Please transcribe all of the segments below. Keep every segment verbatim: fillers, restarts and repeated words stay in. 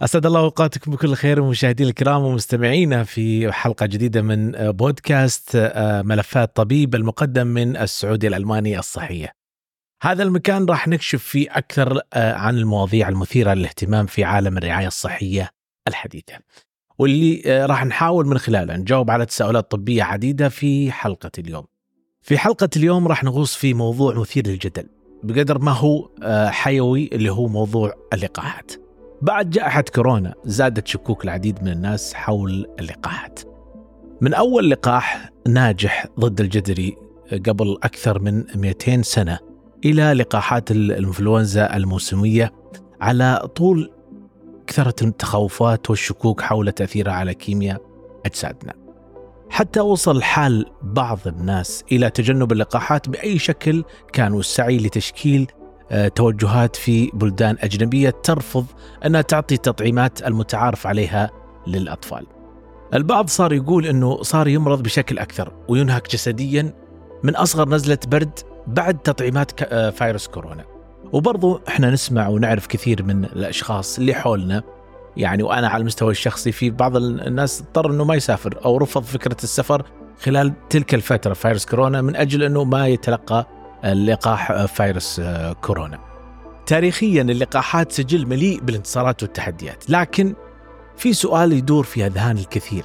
أسعد الله أوقاتكم بكل خير مشاهدين الكرام ومستمعينا في حلقة جديدة من بودكاست ملفات طبيب المقدم من السعودية الألمانية الصحية. هذا المكان راح نكشف فيه أكثر عن المواضيع المثيرة للاهتمام في عالم الرعاية الصحية الحديثة، واللي راح نحاول من خلالها نجاوب على تساؤلات طبية عديدة في حلقة اليوم. في حلقة اليوم راح نغوص في موضوع مثير للجدل بقدر ما هو حيوي، اللي هو موضوع اللقاحات. بعد جائحة كورونا زادت شكوك العديد من الناس حول اللقاحات، من أول لقاح ناجح ضد الجدري قبل أكثر من مئتين سنة إلى لقاحات الإنفلونزا الموسمية، على طول كثرت التخوفات والشكوك حول تأثيرها على كيمياء أجسادنا، حتى وصل حال بعض الناس إلى تجنب اللقاحات بأي شكل كان، والسعي لتشكيل توجهات في بلدان أجنبية ترفض أنها تعطي التطعيمات المتعارف عليها للأطفال. البعض صار يقول أنه صار يمرض بشكل أكثر وينهك جسديا من أصغر نزلة برد بعد تطعيمات فيروس كورونا. وبرضو إحنا نسمع ونعرف كثير من الأشخاص اللي حولنا، يعني وأنا على المستوى الشخصي في بعض الناس اضطر أنه ما يسافر أو رفض فكرة السفر خلال تلك الفترة فيروس كورونا من أجل أنه ما يتلقى اللقاح فيروس كورونا. تاريخيا اللقاحات سجل مليء بالانتصارات والتحديات، لكن في سؤال يدور في أذهان الكثير: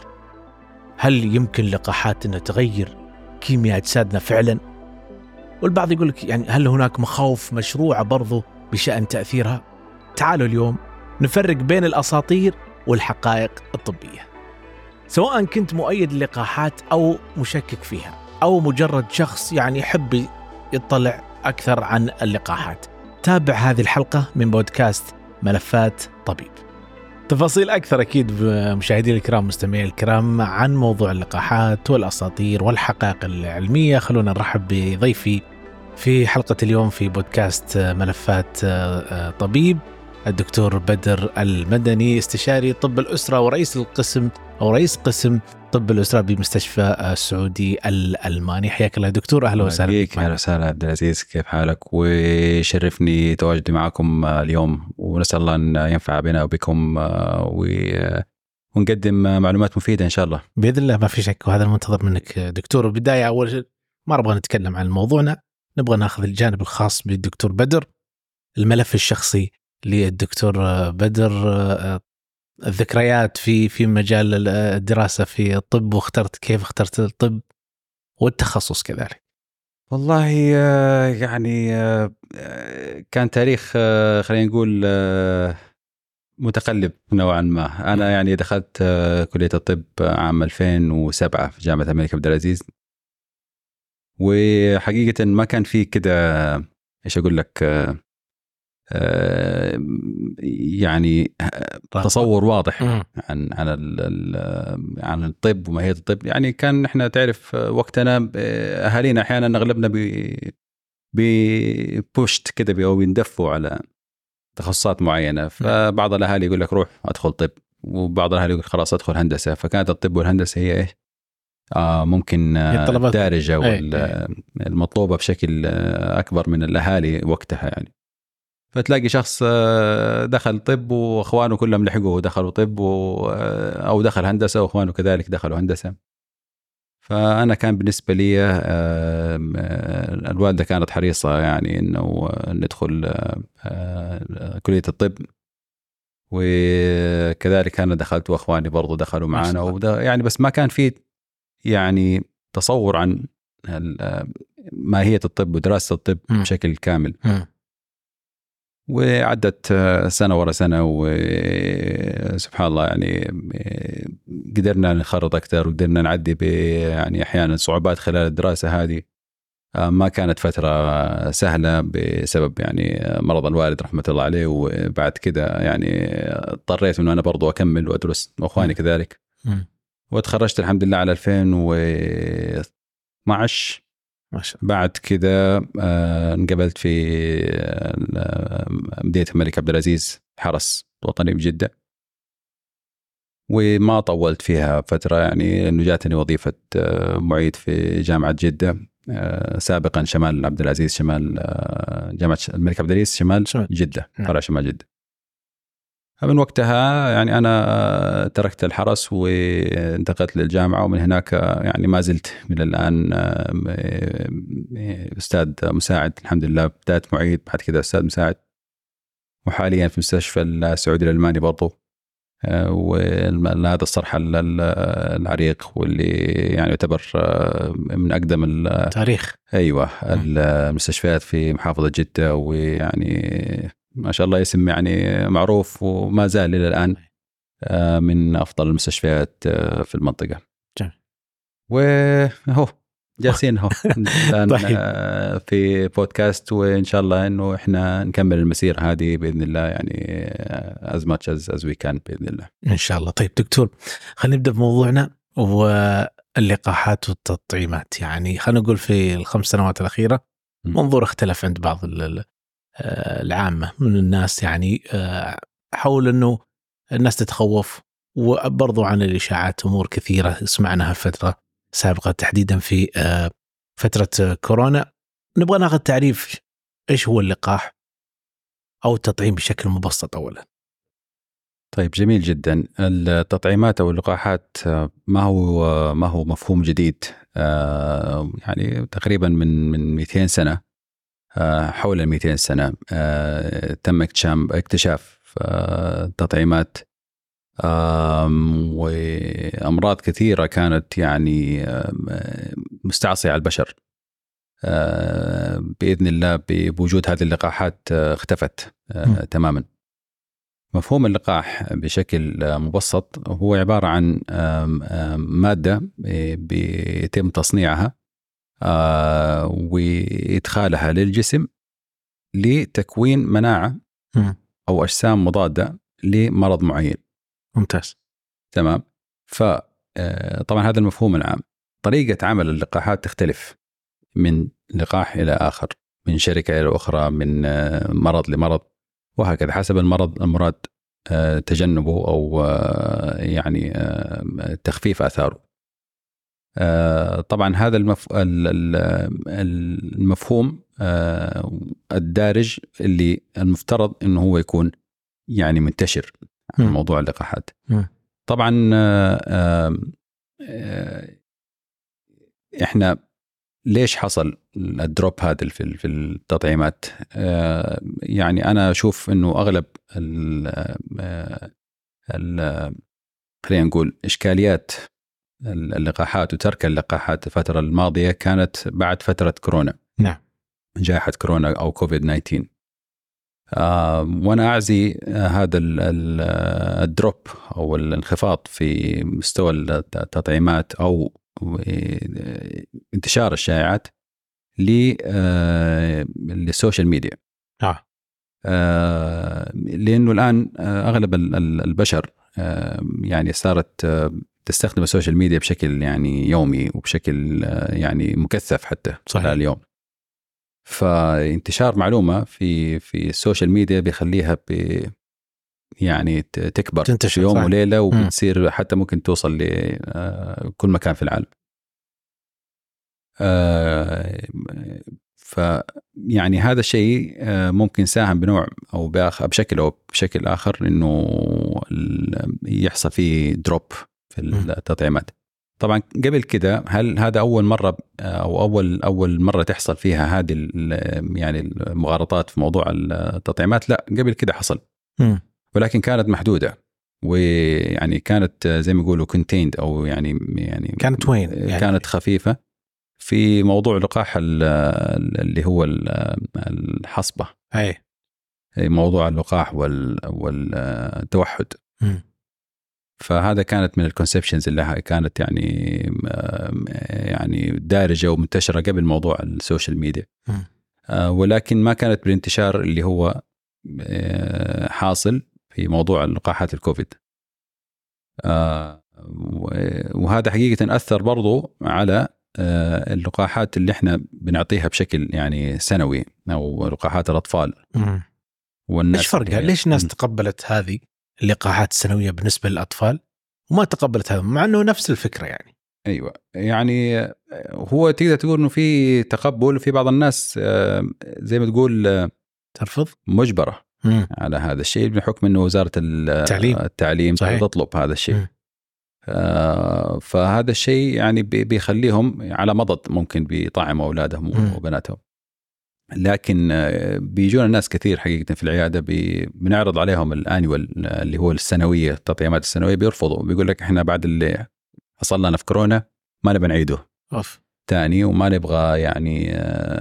هل يمكن اللقاحات أن تغير كيمياء أجسادنا فعلا؟ والبعض يقول لك يعني هل هناك مخاوف مشروعة برضو بشأن تأثيرها؟ تعالوا اليوم نفرق بين الأساطير والحقائق الطبية، سواء كنت مؤيد اللقاحات أو مشكك فيها، أو مجرد شخص يعني يحب يطلع أكثر عن اللقاحات. تابع هذه الحلقة من بودكاست ملفات طبيب. تفاصيل أكثر أكيد مشاهدين الكرام مستمعين الكرام عن موضوع اللقاحات والأساطير والحقائق العلمية. خلونا نرحب بضيفي في حلقة اليوم في بودكاست ملفات طبيب، الدكتور بدر المدني، استشاري طب الأسرة ورئيس القسم أو رئيس قسم طب الأسرة بمستشفى السعودي الألماني. حياك الله دكتور، أهلا وسهلا بك. أهلا وسهلا عبد العزيز، كيف حالك؟ وشرفني تواجدي معكم اليوم، ونسأل الله أن ينفع بنا وبكم ونقدم معلومات مفيدة إن شاء الله بإذن الله. ما في شك، وهذا المنتظر منك دكتور. بداية أول شيء ما نبغى نتكلم عن موضوعنا، نبغى ناخذ الجانب الخاص بالدكتور بدر، الملف الشخصي للدكتور بدر، الذكريات في في مجال الدراسة في الطب، واخترت كيف اخترت الطب والتخصص كذلك. والله يعني كان تاريخ خلينا نقول متقلب نوعا ما. أنا يعني دخلت كلية الطب عام ألفين وسبعة في جامعة الملك عبد العزيز، وحقيقة ما كان في كده إيش أقول لك يعني تصور واضح عن عن عن الطب وماهية الطب. يعني كان احنا تعرف وقتنا اهالينا احيانا اغلبنا ببوشت كده او بيندفوا على تخصصات معينه، فبعض الاهالي يقول لك روح ادخل طب، وبعض الاهالي يقول خلاص ادخل هندسه. فكانت الطب والهندسه هي ايه آه ممكن دارجه والمطلوبه بشكل اكبر من الاهالي وقتها. يعني فتلاقي شخص دخل طب واخوانه كلهم لحقوا ودخلوا طب، او دخل هندسه واخوانه كذلك دخلوا هندسه. فانا كان بالنسبه لي الوالده كانت حريصه يعني انه ندخل كليه الطب، وكذلك انا دخلت واخواني برضو دخلوا معنا، يعني بس ما كان في يعني تصور عن ماهيه الطب ودراسه الطب بشكل كامل. وعدت سنة ورا سنة، وسبحان الله يعني قدرنا نخرط أكثر وقدرنا نعدي ب يعني أحيانا صعوبات خلال الدراسة هذه. ما كانت فترة سهلة بسبب يعني مرض الوالد رحمة الله عليه، وبعد كده يعني اضطريت إنه أنا برضو أكمل وأدرس وأخواني كذلك، وتخرجت الحمد لله على ألفين واثناشر. بعد كده انقبلت في مدينة الملك عبد العزيز حرس وطني بجدة، وما طولت فيها فترة يعني انه جاتني وظيفة معيد في جامعة جدة، سابقا شمال عبد العزيز، شمال جامعة الملك عبد العزيز شمال جدة، فرع شمال جدة. من وقتها يعني أنا تركت الحرس وانتقلت للجامعة، ومن هناك يعني ما زلت من الآن أستاذ مساعد الحمد لله، بدأت معيد بعد كده أستاذ مساعد، وحاليا في مستشفى السعودي الألماني برضو، وهذا الصرح العريق واللي يعني يعتبر من أقدم التاريخ أيوة المستشفيات في محافظة جدة، ويعني ما شاء الله اسم يعني معروف وما زال إلى الآن من أفضل المستشفيات في المنطقة. جميل. وهو جالسين هو الآن طيب. في بودكاست، وإن شاء الله إنه إحنا نكمل المسيرة هذه بإذن الله، يعني as much as, as we can بإذن الله إن شاء الله. طيب دكتور، خلينا نبدأ بموضوعنا واللقاحات والتطعيمات. يعني خلينا نقول في الخمس سنوات الأخيرة منظور اختلف عند بعض العامة من الناس، يعني حول أنه الناس تتخوف، وبرضو عن الإشاعات أمور كثيرة سمعناها فترة سابقة تحديدا في فترة كورونا. نبغى ناخذ تعريف إيش هو اللقاح أو التطعيم بشكل مبسط أولا. طيب جميل جدا. التطعيمات أو اللقاحات ما هو ما هو مفهوم جديد، يعني تقريبا من من مئتين سنة، حول مئتين سنة تم اكتشاف تطعيمات وأمراض كثيرة كانت يعني مستعصية على البشر. بإذن الله بوجود هذه اللقاحات اختفت تماما. مفهوم اللقاح بشكل مبسط هو عبارة عن مادة بيتم تصنيعها وإدخالها للجسم لتكوين مناعة أو أجسام مضادة لمرض معين. ممتاز. تمام. فطبعا هذا المفهوم العام. طريقة عمل اللقاحات تختلف من لقاح إلى آخر، من شركة إلى أخرى، من مرض لمرض، وهكذا حسب المرض المراد تجنبه أو يعني تخفيف آثاره. طبعا هذا المفهوم الدارج اللي المفترض أنه هو يكون يعني منتشر عن موضوع اللقاحات. طبعا إحنا ليش حصل الدروب هذا في في التطعيمات؟ يعني أنا أشوف إنه أغلب ال ال خلينا نقول إشكاليات اللقاحات وترك اللقاحات الفترة الماضية كانت بعد فترة كورونا. نعم. جائحة كورونا أو كوفيد تسعة عشر. وأنا أعزي هذا الدروب أو الانخفاض في مستوى التطعيمات أو انتشار الشائعات للسوشيال ميديا. آه. لأنه الآن أغلب البشر يعني صارت تستخدم السوشيال ميديا بشكل يعني يومي وبشكل يعني مكثف حتى اليوم. فانتشار معلومة في في السوشيال ميديا بيخليها ب يعني تكبر تنتشر يوم صحيح. وليلة، وبتصير حتى ممكن توصل لكل مكان في العالم. فيعني هذا الشيء ممكن ساهم بنوع أو بشكل أو بشكل آخر إنه يحصل فيه دروب في التطعيمات. طبعا قبل كده هل هذا أول مرة أو أول أول مرة تحصل فيها هذه يعني المغالطات في موضوع التطعيمات؟ لا، قبل كده حصل، ولكن كانت محدودة، ويعني كانت زي ما يقولوا contained أو يعني يعني كانت وين يعني كانت خفيفة في موضوع لقاح اللي هو الحصبة، أي موضوع اللقاح والتوحد. م. فهذا كانت من الكونسبشنز اللي كانت يعني يعني دارجة ومنتشرة قبل موضوع السوشيال ميديا، ولكن ما كانت بالانتشار اللي هو حاصل في موضوع لقاحات الكوفيد. وهذا حقيقة أثر برضو على اللقاحات اللي احنا بنعطيها بشكل يعني سنوي أو لقاحات الأطفال. إيش فرقها؟ ليش الناس تقبلت هذه اللقاحات السنوية بالنسبة للأطفال وما تقبلت هذا، مع أنه نفس الفكرة يعني؟ أيوة، يعني هو تقدر تقول إنه في تقبل، وفي بعض الناس زي ما تقول ترفض، مجبرة. مم. على هذا الشيء بحكم أنه وزارة التعليم, التعليم تطلب هذا الشيء. مم. آه فهذا الشيء يعني بيخليهم على مضض ممكن بيطعموا أولادهم مم. وبناتهم. لكن بيجونا ناس كثير حقيقة في العيادة بنعرض عليهم الانيوال اللي هو السنوية، التطعيمات السنوية، بيرفضوا، بيقول لك احنا بعد اللي حصل لنا في كورونا ما نبغى نعيده أوف. تاني، وما نبغى يعني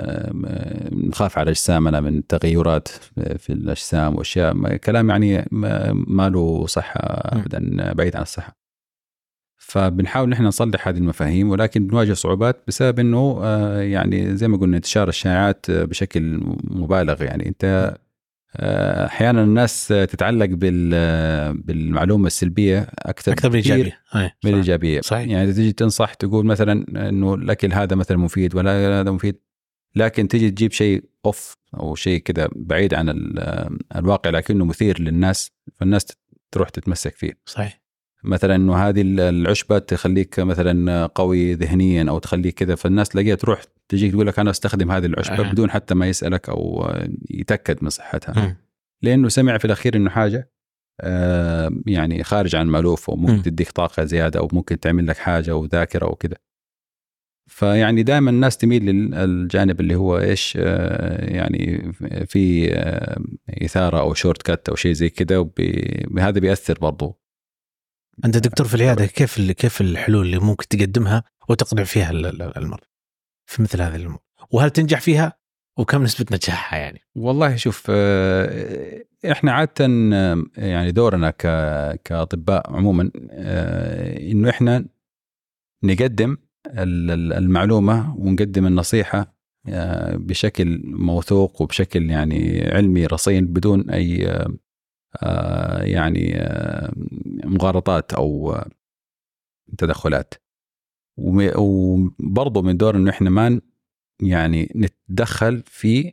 نخاف على أجسامنا من تغيرات في الأجسام وأشياء، كلام يعني ما له صحة أبدا، بعيد عن الصحة. فبنحاول نحن نصلح هذه المفاهيم، ولكن بنواجه صعوبات بسبب انه يعني زي ما قلنا انتشار الشائعات بشكل مبالغ. يعني انت احيانا الناس تتعلق بالمعلومه السلبيه اكثر اكثر من الايجابيه من الايجابيه. يعني تيجي تنصح تقول مثلا انه الاكل هذا مثلا مفيد ولا هذا مفيد، لكن تيجي تجيب شيء اوف او شيء كذا بعيد عن الواقع لكنه مثير للناس، فالناس تروح تتمسك فيه. صحيح. مثلا انه هذه العشبه تخليك مثلا قوي ذهنيا او تخليك كذا، فالناس تلاقيها تروح تجيك تقول لك انا استخدم هذه العشبه أه. بدون حتى ما يسالك او يتاكد من صحتها. م. لانه سمع في الاخير انه حاجه آه يعني خارج عن المألوف، وممكن م. تديك طاقه زياده او ممكن تعمل لك حاجه او ذاكره او كذا. فيعني دائما الناس تميل للجانب اللي هو ايش آه يعني في آه اثاره او شورت كات او شيء زي كذا، وهذا بيأثر برضو. أنت دكتور في العيادة، كيف كيف الحلول اللي ممكن تقدمها وتقنع فيها المرضى في مثل هذه الأمور، وهل تنجح فيها وكم نسبة نجاحها؟ يعني والله شوف، إحنا عادة يعني دورنا كأطباء عموما إنه إحنا نقدم المعلومة ونقدم النصيحة بشكل موثوق وبشكل يعني علمي رصين بدون أي آه يعني آه مغالطات أو آه تدخلات. وبرضو من دور إنه إحنا ما يعني نتدخل في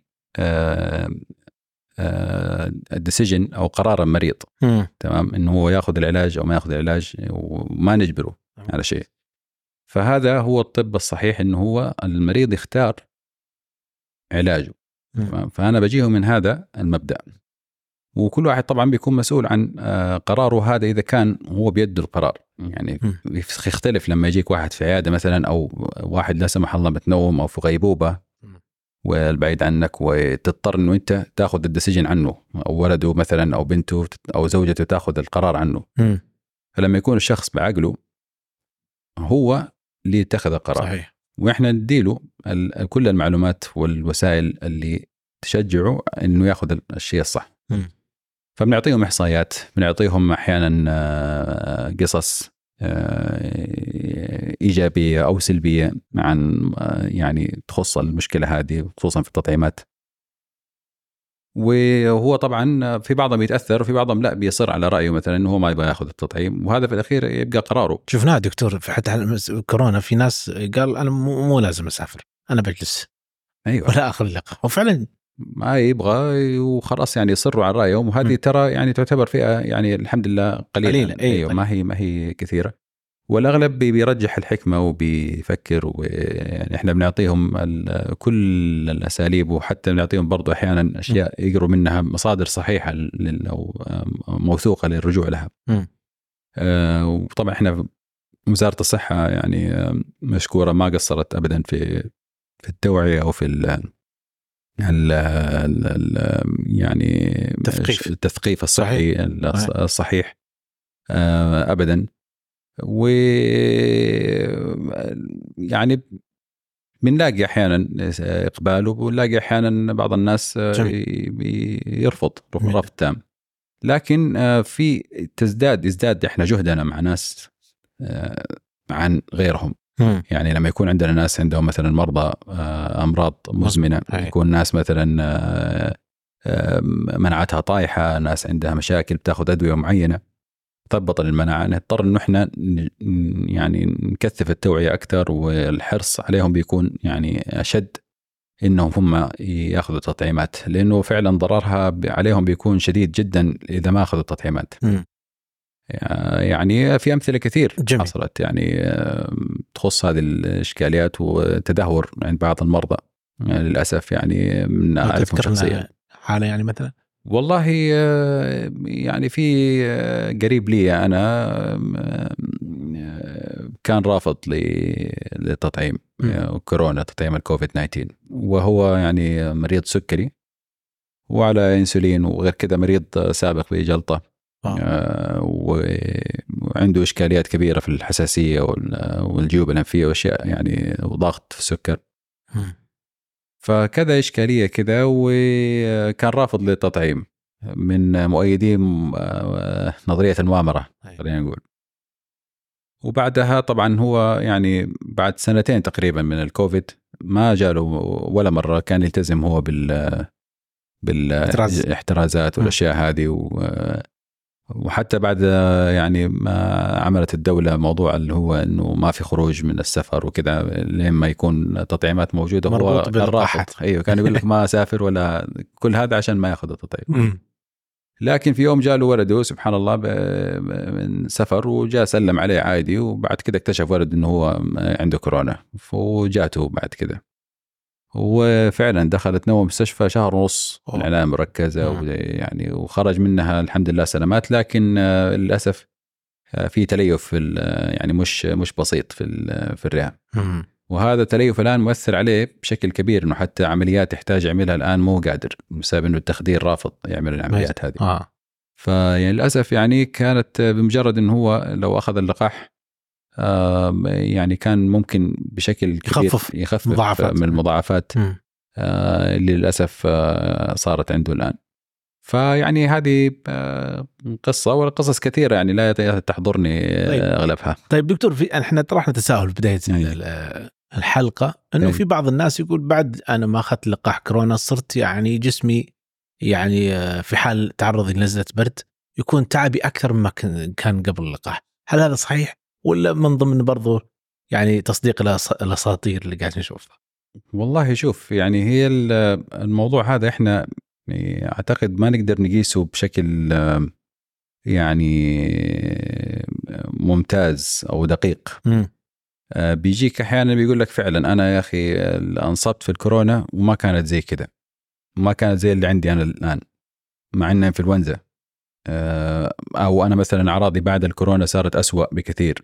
الديسيجن أو قرار المريض. م. تمام، إنه هو يأخذ العلاج أو ما يأخذ العلاج، وما نجبره م. على شيء. فهذا هو الطب الصحيح، إنه هو المريض يختار علاجه. تمام، فأنا بجيه من هذا المبدأ، وكل واحد طبعا بيكون مسؤول عن قراره هذا إذا كان هو بيده القرار. يعني يختلف لما يجيك واحد في عيادة مثلا، أو واحد لا سمح الله متنوم أو في غيبوبة والبعيد عنك، وتضطر إنه أنت تأخذ الديسيجن عنه، أو ولده مثلا أو بنته أو زوجته تأخذ القرار عنه. م. فلما يكون الشخص بعقله هو اللي يتخذ القرار. صحيح. وإحنا نديله كل المعلومات والوسائل اللي تشجعه إنه يأخذ الشيء الصح. م. فبنعطيهم إحصائيات، بنعطيهم أحيانا قصص إيجابية أو سلبية عن يعني تخص المشكلة هذه، خصوصا في التطعيمات. وهو طبعا في بعضهم يتأثر وفي بعضهم لا، بيصر على رأيه مثلا إنه هو ما يبغى يأخذ التطعيم، وهذا في الأخير يبقى قراره. شفناه دكتور في حتى كورونا، في ناس قال أنا مو لازم أسافر، أنا بجلس أيوة. ولا آخر اللقاء، وفعلا ما يبغى وخلاص يعني يصروا على رأيهم. وهذه ترى يعني تعتبر فئة يعني الحمد لله قليلة, قليلة. أيوة, أيوة ما هي ما هي كثيرة، والأغلب بيرجح الحكمة وبيفكر. ويعني إحنا بنعطيهم كل الأساليب، وحتى بنعطيهم برضو أحيانا أشياء يقروا منها مصادر صحيحة أو موثوقة للرجوع لها. آه وطبعا إحنا وزارة الصحة يعني مشكورة، ما قصرت أبدا في في التوعية أو في ال ال ال يعني تثقيف. التثقيف الصحي صحيح. الصحيح آه أبدا. و يعني بنلاقي أحيانا إقبال، وبنلاقي أحيانا بعض الناس يرفض رفض تام. لكن في تزداد يزداد إحنا جهدنا مع ناس عن غيرهم. م. يعني لما يكون عندنا ناس عندهم مثلا مرضى أمراض مزمنة، يكون ناس مثلا مناعتها طايحة، ناس عندها مشاكل بتاخذ أدوية معينة تضبط المناعة، نضطر إنه إحنا يعني نكثف التوعية أكثر، والحرص عليهم بيكون يعني أشد إنهم هم يأخذوا تطعيمات، لأنه فعلا ضررها عليهم بيكون شديد جدا إذا ما أخذوا التطعيمات. م. يعني في أمثلة كثير جميل. حصلت يعني تخص هذه الإشكاليات وتدهور عند بعض المرضى يعني للأسف. يعني من أعرفهم شخصيا حالة يعني مثلا والله يعني في قريب لي أنا كان رافض للتطعيم كورونا، تطعيم الكوفيد تسعة عشر، وهو يعني مريض سكري وعلى انسولين، وغير كده مريض سابق بجلطة آه. وعنده إشكاليات كبيرة في الحساسية والجيوب الأنفية وأشياء يعني، وضغط في السكر، فكذا إشكالية كذا، وكان رافض للتطعيم من مؤيدين نظرية المؤامرة خلينا نقول. وبعدها طبعا هو يعني بعد سنتين تقريبا من الكوفيد ما جاله ولا مرة، كان يلتزم هو بال بالاحترازات والأشياء هذه، وحتى بعد يعني ما عملت الدولة موضوع اللي هو إنه ما في خروج من السفر وكذا لين ما يكون تطعيمات موجودة، هو كان رافض. أيوه كان يقول لك ما أسافر ولا كل هذا عشان ما يأخذ التطعيم. لكن في يوم جاله ولده سبحان الله من سفر، وجاء سلم عليه عادي، وبعد كده اكتشف ولد إنه هو عنده كورونا، وجاته بعد كده وفعلا دخلت نوم مستشفى شهر ونص العناية المركزة، ويعني وخرج منها الحمد لله سلامات، لكن للأسف في تليف في يعني مش مش بسيط في في الرئة، وهذا التليف الآن مؤثر عليه بشكل كبير، إنه حتى عمليات يحتاج يعملها الآن مو قادر بسبب إنه التخدير رافض يعمل العمليات هذه. آه. فيعني للأسف يعني كانت بمجرد إنه هو لو أخذ اللقاح يعني كان ممكن بشكل كبير يخفف, يخفف مضاعفات. من المضاعفات آه اللي للأسف آه صارت عنده الآن. فيعني هذه آه قصة وقصص كثيرة يعني لا تحضرني طيب. أغلبها. طيب دكتور، في احنا طرحنا تساؤل بداية يعني. الحلقة إنه طيب. في بعض الناس يقول بعد أنا ما أخذت لقاح كورونا صرت يعني جسمي يعني في حال تعرض لنزلة برد يكون تعبي أكثر مما كان قبل اللقاح، هل هذا صحيح؟ ولا من ضمن برضو يعني تصديق الأساطير اللي قاعد نشوفها؟ والله شوف يعني هي الموضوع هذا احنا اعتقد ما نقدر نقيسه بشكل يعني ممتاز او دقيق. م. بيجيك احيانا بيقول لك فعلا انا يا اخي انصبت في الكورونا وما كانت زي كده، ما كانت زي اللي عندي انا الان، مع انها انفلونزا، او انا مثلا اعراضي بعد الكورونا صارت أسوأ بكثير.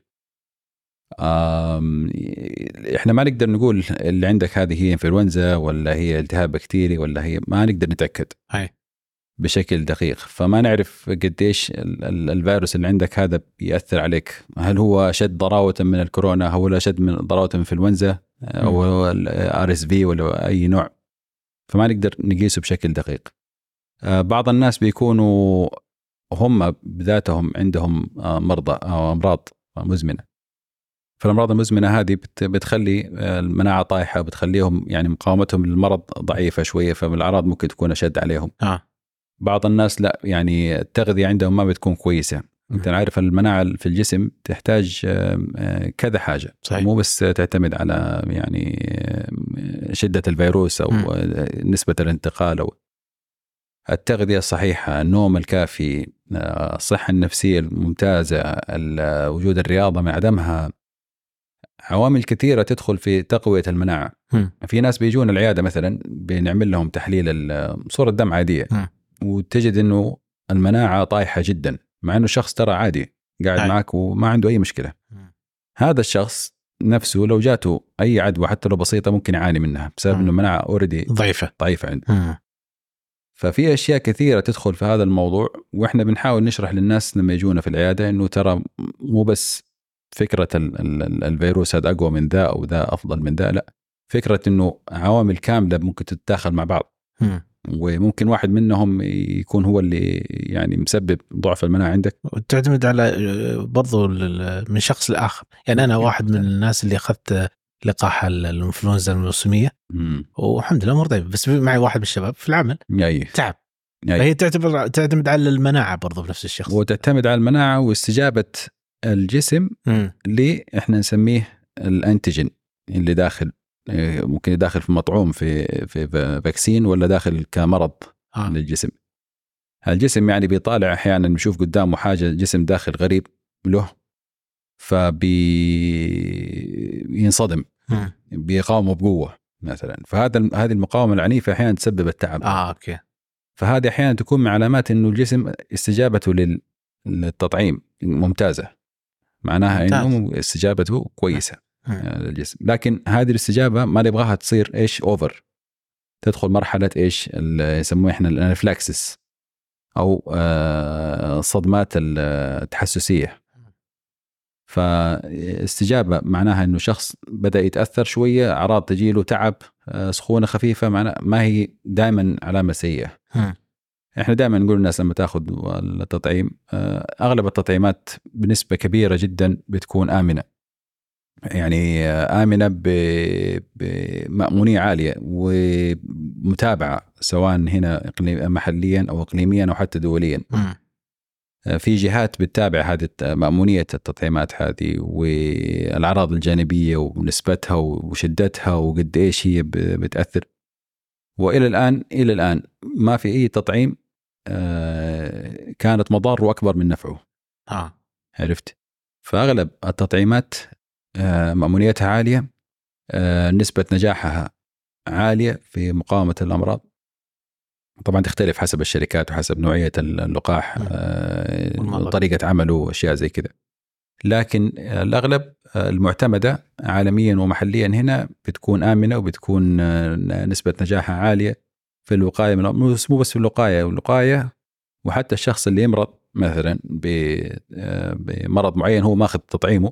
احنا ما نقدر نقول اللي عندك هذه هي انفلونزا ولا هي التهاب بكتيري ولا هي، ما نقدر نتأكد هاي. بشكل دقيق، فما نعرف قديش الفيروس اللي عندك هذا بيأثر عليك، هل هو شد ضراوة من الكورونا أو لا شد من ضراوة من انفلونزا أو الار اس في ولا أي نوع، فما نقدر نقيسه بشكل دقيق. بعض الناس بيكونوا هم بذاتهم عندهم مرضى أو أمراض مزمنة، فالأمراض المزمنة هذه بتخلي المناعة طايحة، بتخليهم يعني مقاومتهم للمرض ضعيفة شوية، فالأعراض ممكن تكون أشد عليهم. آه. بعض الناس لا، يعني التغذية عندهم ما بتكون كويسة. م. أنت عارف المناعة في الجسم تحتاج كذا حاجة، صحيح. مو بس تعتمد على يعني شدة الفيروس أو م. نسبة الانتقال أو التغذية الصحيحة، النوم الكافي، الصحة النفسية الممتازة، وجود الرياضة مع عدمها، عوامل كثيرة تدخل في تقوية المناعة. م. في ناس بيجون العيادة مثلا بنعمل لهم تحليل صورة دم عادية، م. وتجد إنه المناعة طايحة جدا، مع إنه الشخص ترى عادي قاعد عادي. معك وما عنده أي مشكلة. م. هذا الشخص نفسه لو جاته أي عدوى حتى لو بسيطة ممكن يعاني منها بسبب م. إنه المناعة أوريدي ضعيفة ضعيفة عنده. م. ففي أشياء كثيرة تدخل في هذا الموضوع، وإحنا بنحاول نشرح للناس لما يجونا في العيادة إنه ترى مو بس فكرة الفيروس هذا أقوى من ذا أو ذا أفضل من ذا، لا، فكرة إنه عوامل كاملة ممكن تتداخل مع بعض، م. وممكن واحد منهم يكون هو اللي يعني مسبب ضعف المناعة عندك. وتعتمد على برضو من شخص لآخر، يعني أنا واحد من الناس اللي أخذت لقاح الانفلونزا الموسمية والحمد لله مرضي، بس معي واحد من الشباب في العمل يأيه. تعب يأيه. فهي تعتمد تعتمد على المناعة برضو بنفس الشخص، وتعتمد على المناعة واستجابة الجسم اللي احنا نسميه الانتيجين اللي داخل، ممكن يداخل في مطعوم في في فاكسين ولا داخل كمرض آه. للجسم. الجسم يعني بيطالع احيانا بيشوف قدامه حاجة، جسم داخل غريب له، فبينصدم بيقاومه بقوة مثلا، فهذا هذه المقاومة العنيفة احيانا تسبب التعب. اه اوكي. فهذه أحيانا تكون من علامات إنه الجسم استجابته للتطعيم ممتازة، معناها ممتاز. إنه استجابته كويسة للجسم. لكن هذه الاستجابة ما نبغاها تصير إيش أوفر، تدخل مرحلة إيش اللي يسموه إحنا الانافلاكسس أو صدمات التحسسية. فاستجابة معناها إنه شخص بدأ يتأثر شوية، أعراض تجيله، تعب، سخونة خفيفة، معناها ما هي دائما علامة سيئة. إحنا دائما نقول للناس لما تأخذ التطعيم، أغلب التطعيمات بنسبة كبيرة جدا بتكون آمنة، يعني آمنة بمأمونية عالية ومتابعة سواء هنا محليا أو إقليميا أو حتى دوليا. م. في جهات بتتابع هذه مأمونية التطعيمات هذه والأعراض الجانبية ونسبتها وشدتها وقد إيش هي بتأثر. وإلى الآن إلى الآن ما في أي تطعيم كانت مضاره أكبر من نفعه. آه. عرفت؟ فأغلب التطعيمات مأمونيتها عالية، نسبة نجاحها عالية في مقاومة الأمراض. طبعا تختلف حسب الشركات وحسب نوعية اللقاح، طريقة عمله وأشياء زي كده، لكن الأغلب المعتمدة عالميا ومحليا هنا بتكون آمنة وبتكون نسبة نجاحها عالية في الوقاية، من مو بس في الوقاية والوقاية وحتى الشخص اللي يمرض مثلا بمرض معين هو ماخذ تطعيمه،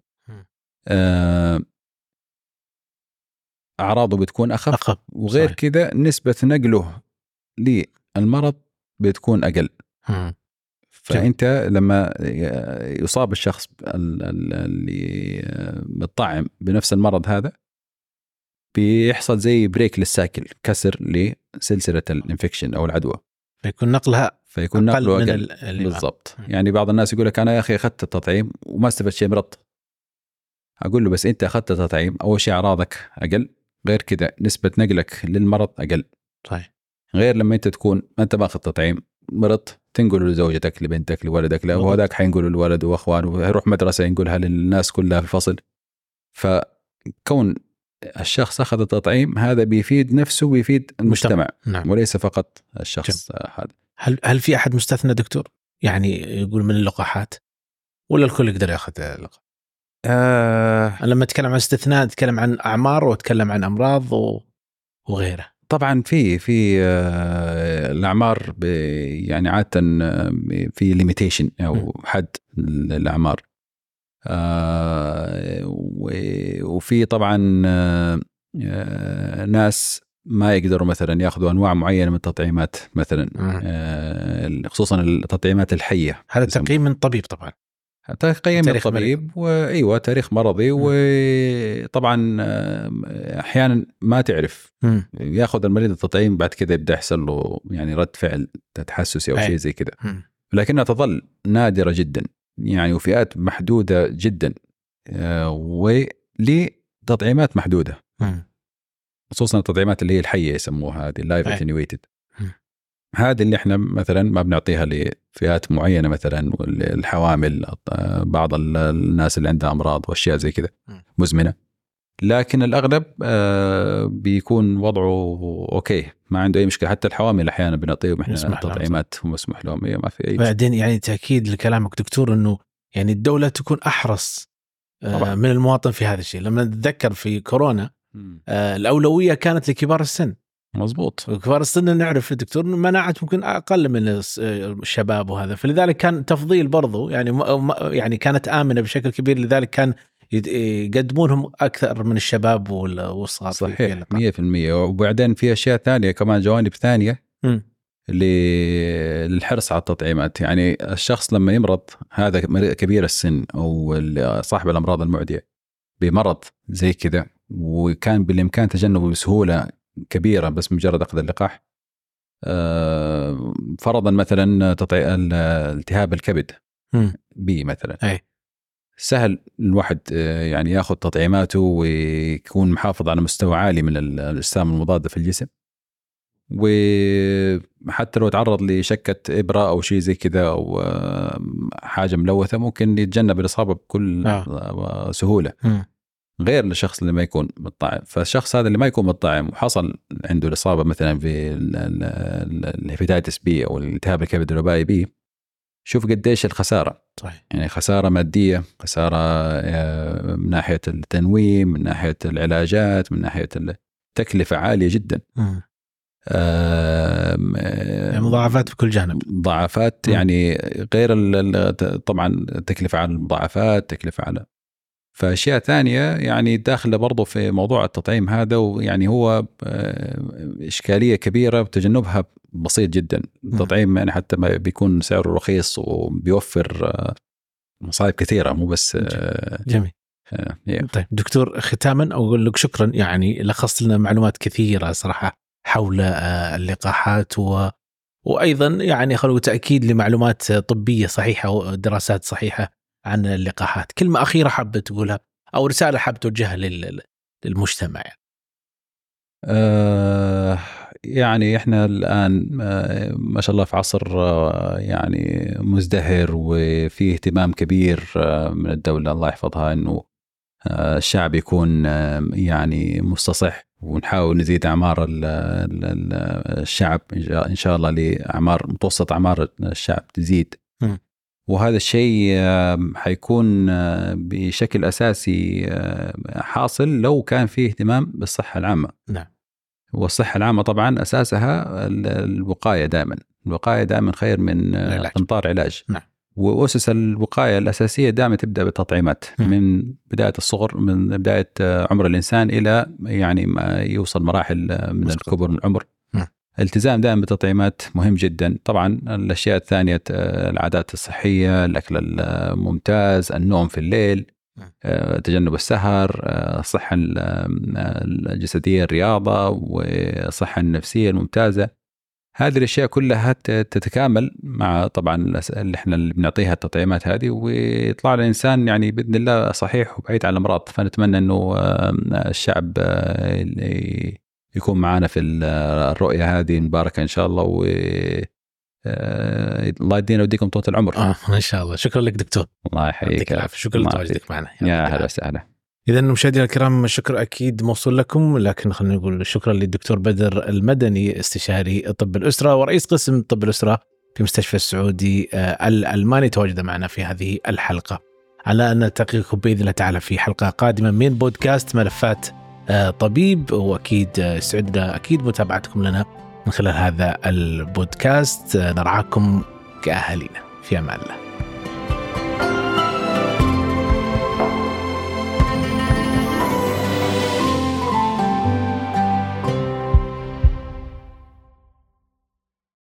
أعراضه بتكون أخف, أخف. وغير كده نسبة نقله للمرض بتكون أقل. م. فأنت لما يصاب الشخص اللي متطعم بنفس المرض هذا بيحصل زي بريك للسايكل، كسر لسلسلة الانفكشن أو العدوى، فيكون نقلها فيكون نقله أقل. بالضبط. يعني بعض الناس يقول لك أنا يا أخي أخذت التطعيم وما استفدت شيء، مرضت. أقول له بس أنت أخذت التطعيم، أول شيء أعراضك أقل، غير كده نسبة نقلك للمرض أقل. صحيح. غير لما أنت تكون أنت ما أخذت تطعيم، مرضت، تنقله لزوجتك لبنتك لولدك، وهذاك حينقله للولد وأخوانه، ويروح مدرسة ينقلها للناس كلها في الفصل. فكون الشخص أخذ التطعيم هذا بيفيد نفسه ويفيد المجتمع. نعم. وليس فقط الشخص هذا. هل هل في أحد مستثنى دكتور؟ يعني يقول من اللقاحات ولا الكل يقدر يأخذ اللقاح؟ آه لما أتكلم عن استثناء أتكلم عن أعمار وأتكلم عن أمراض وغيره. طبعا في في الأعمار يعني عادة في ليميتيشن أو حد الأعمار، وفي طبعا ناس ما يقدروا مثلا ياخذوا أنواع معينة من التطعيمات مثلا، خصوصا التطعيمات الحية. هذا تقييم من طبيب طبعا، تقييم من طبيب وأيوة تاريخ مرضي. وطبعا أحيانا ما تعرف م. ياخذ المريض التطعيم بعد كده يبدأ يحصل له يعني رد فعل تحسسي أو شيء زي كده، لكنها تظل نادرة جدا يعني، وفئات محدودة جدا ولتطعيمات محدودة، م. خصوصا التطعيمات اللي هي الحية يسموها هذه اللايف اتنيويتد. هذه اللي احنا مثلا ما بنعطيها لفئات معينة، مثلا الحوامل، بعض الناس اللي عندها أمراض وأشياء زي كده مزمنة. لكن الأغلب بيكون وضعه أوكي، ما عنده أي مشكلة. حتى الحوامل أحيانا بنعطيهم إحنا تطعيمات ومسموح لهم، ما في أي. بعدين يعني تأكيد لكلامك دكتور إنه يعني الدولة تكون أحرص طبعا من المواطن في هذا الشيء. لما نتذكر في كورونا الأولوية كانت لكبار السن. مزبوط. كبار السن نعرف دكتور مناعة ممكن أقل من الشباب وهذا، فلذلك كان تفضيل برضو يعني يعني كانت آمنة بشكل كبير، لذلك كان يقدمونهم أكثر من الشباب والصغار. صحيح مية في المية. وبعدين في أشياء ثانية كمان، جوانب ثانية للحرص على التطعيمات. يعني الشخص لما يمرض، هذا كبير السن أو صاحب الأمراض المعدية بمرض زي كذا، وكان بالإمكان تجنبه بسهولة كبيرة بس مجرد أخذ اللقاح، فرضا مثلا تطعيم التهاب الكبد بي مثلا، أي. سهل الواحد يعني ياخذ تطعيماته ويكون محافظ على مستوى عالي من الأجسام المضادة في الجسم، وحتى لو تعرض لشكة إبرة أو شيء زي كذا أو حاجة ملوثة ممكن يتجنب الإصابة بكل آه. سهولة. م. غير للشخص اللي ما يكون متطعم. فالشخص هذا اللي ما يكون متطعم وحصل عنده الإصابة مثلا في الهيباتيتس بي أو الالتهاب الكبد الوبائي بي، شوف قديش الخسارة. صحيح. يعني خسارة مادية، خسارة من ناحية التنويم، من ناحية العلاجات، من ناحية التكلفة عالية جدا. م. يعني مضاعفات في كل جانب. مضاعفات يعني غير طبعا تكلفة على المضاعفات، تكلفة على فأشياء ثانية يعني داخله برضو في موضوع التطعيم هذا. ويعني هو إشكالية كبيرة وتجنبها بسيط جدا. التطعيم يعني حتى ما بيكون سعره رخيص وبيوفر مصائب كثيرة، مو بس. جميل. آه طيب دكتور، ختاما أقول لك شكرا، يعني لخصت لنا معلومات كثيرة صراحة حول اللقاحات و... وأيضا يعني خلوا تأكيد لمعلومات طبية صحيحة ودراسات صحيحة عن اللقاحات. كلمة أخيرة حابة تقولها أو رسالة حابة توجهها لل... للمجتمع يعني. آه يعني إحنا الآن آه ما شاء الله في عصر آه يعني مزدهر وفيه اهتمام كبير آه من الدولة الله يحفظها إنه آه الشعب يكون آه يعني مستصح، ونحاول نزيد أعمار الشعب إن شاء الله لأعمار متوسط أعمار الشعب تزيد. م. وهذا الشيء حيكون بشكل أساسي حاصل لو كان فيه اهتمام بالصحة العامة. نعم. والصحة العامة طبعا أساسها الوقاية دائما، الوقاية دائما خير من إنطار علاج. نعم. وأسس الوقاية الأساسية دائما تبدأ بالتطعيمات م. من بداية الصغر، من بداية عمر الإنسان إلى يعني ما يوصل مراحل من مصر. الكبر من العمر. م. التزام دائما بالتطعيمات مهم جدا. طبعا الأشياء الثانية العادات الصحية، الأكل الممتاز، النوم في الليل، تجنب السهر، الصحة الجسدية، الرياضة، والصحة النفسية الممتازة. هذه الأشياء كلها تتكامل مع طبعا اللي احنا اللي بنعطيها التطعيمات هذه، ويطلع الإنسان يعني بإذن الله صحيح وبعيد عن الأمراض. فنتمنى إنه الشعب يكون معنا في الرؤية هذه المباركة إن شاء الله، و الله يدينا وديكم طول العمر. آه إن شاء الله. شكرا لك دكتور. الله يحييك. شكرا لتواجدك معنا. يا هلا وسهلا. إذا مشاهدينا الكرام الشكر أكيد موصول لكم، لكن خلينا نقول شكرا للدكتور بدر المدني، استشاري طب الأسرة ورئيس قسم طب الأسرة في مستشفى السعودي الألماني، تواجد معنا في هذه الحلقة. على أن نلتقيكم بإذن الله تعالى في حلقة قادمة من بودكاست ملفات طبيب، وأكيد سعدنا أكيد متابعتكم لنا من خلال هذا البودكاست. نرعاكم كأهالينا، في أمان الله.